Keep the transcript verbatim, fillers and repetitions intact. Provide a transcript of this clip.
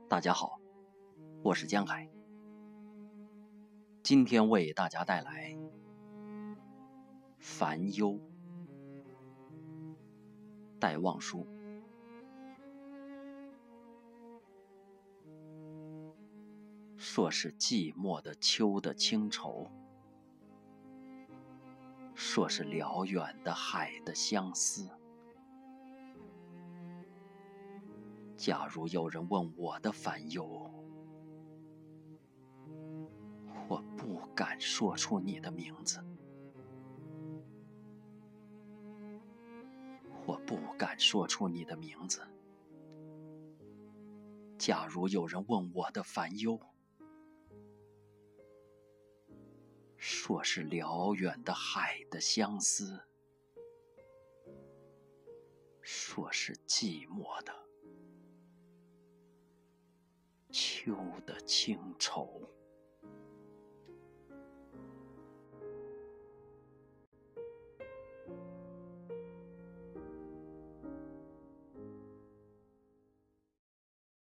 大家好，我是江海，今天为大家带来烦忧。戴望舒。说是寂寞的秋的清愁，说是辽远的海的相思。假如有人问我的烦忧，我不敢说出你的名字，我不敢说出你的名字。假如有人问我的烦忧，说是辽远的海的相思，说是寂寞的秋的清愁。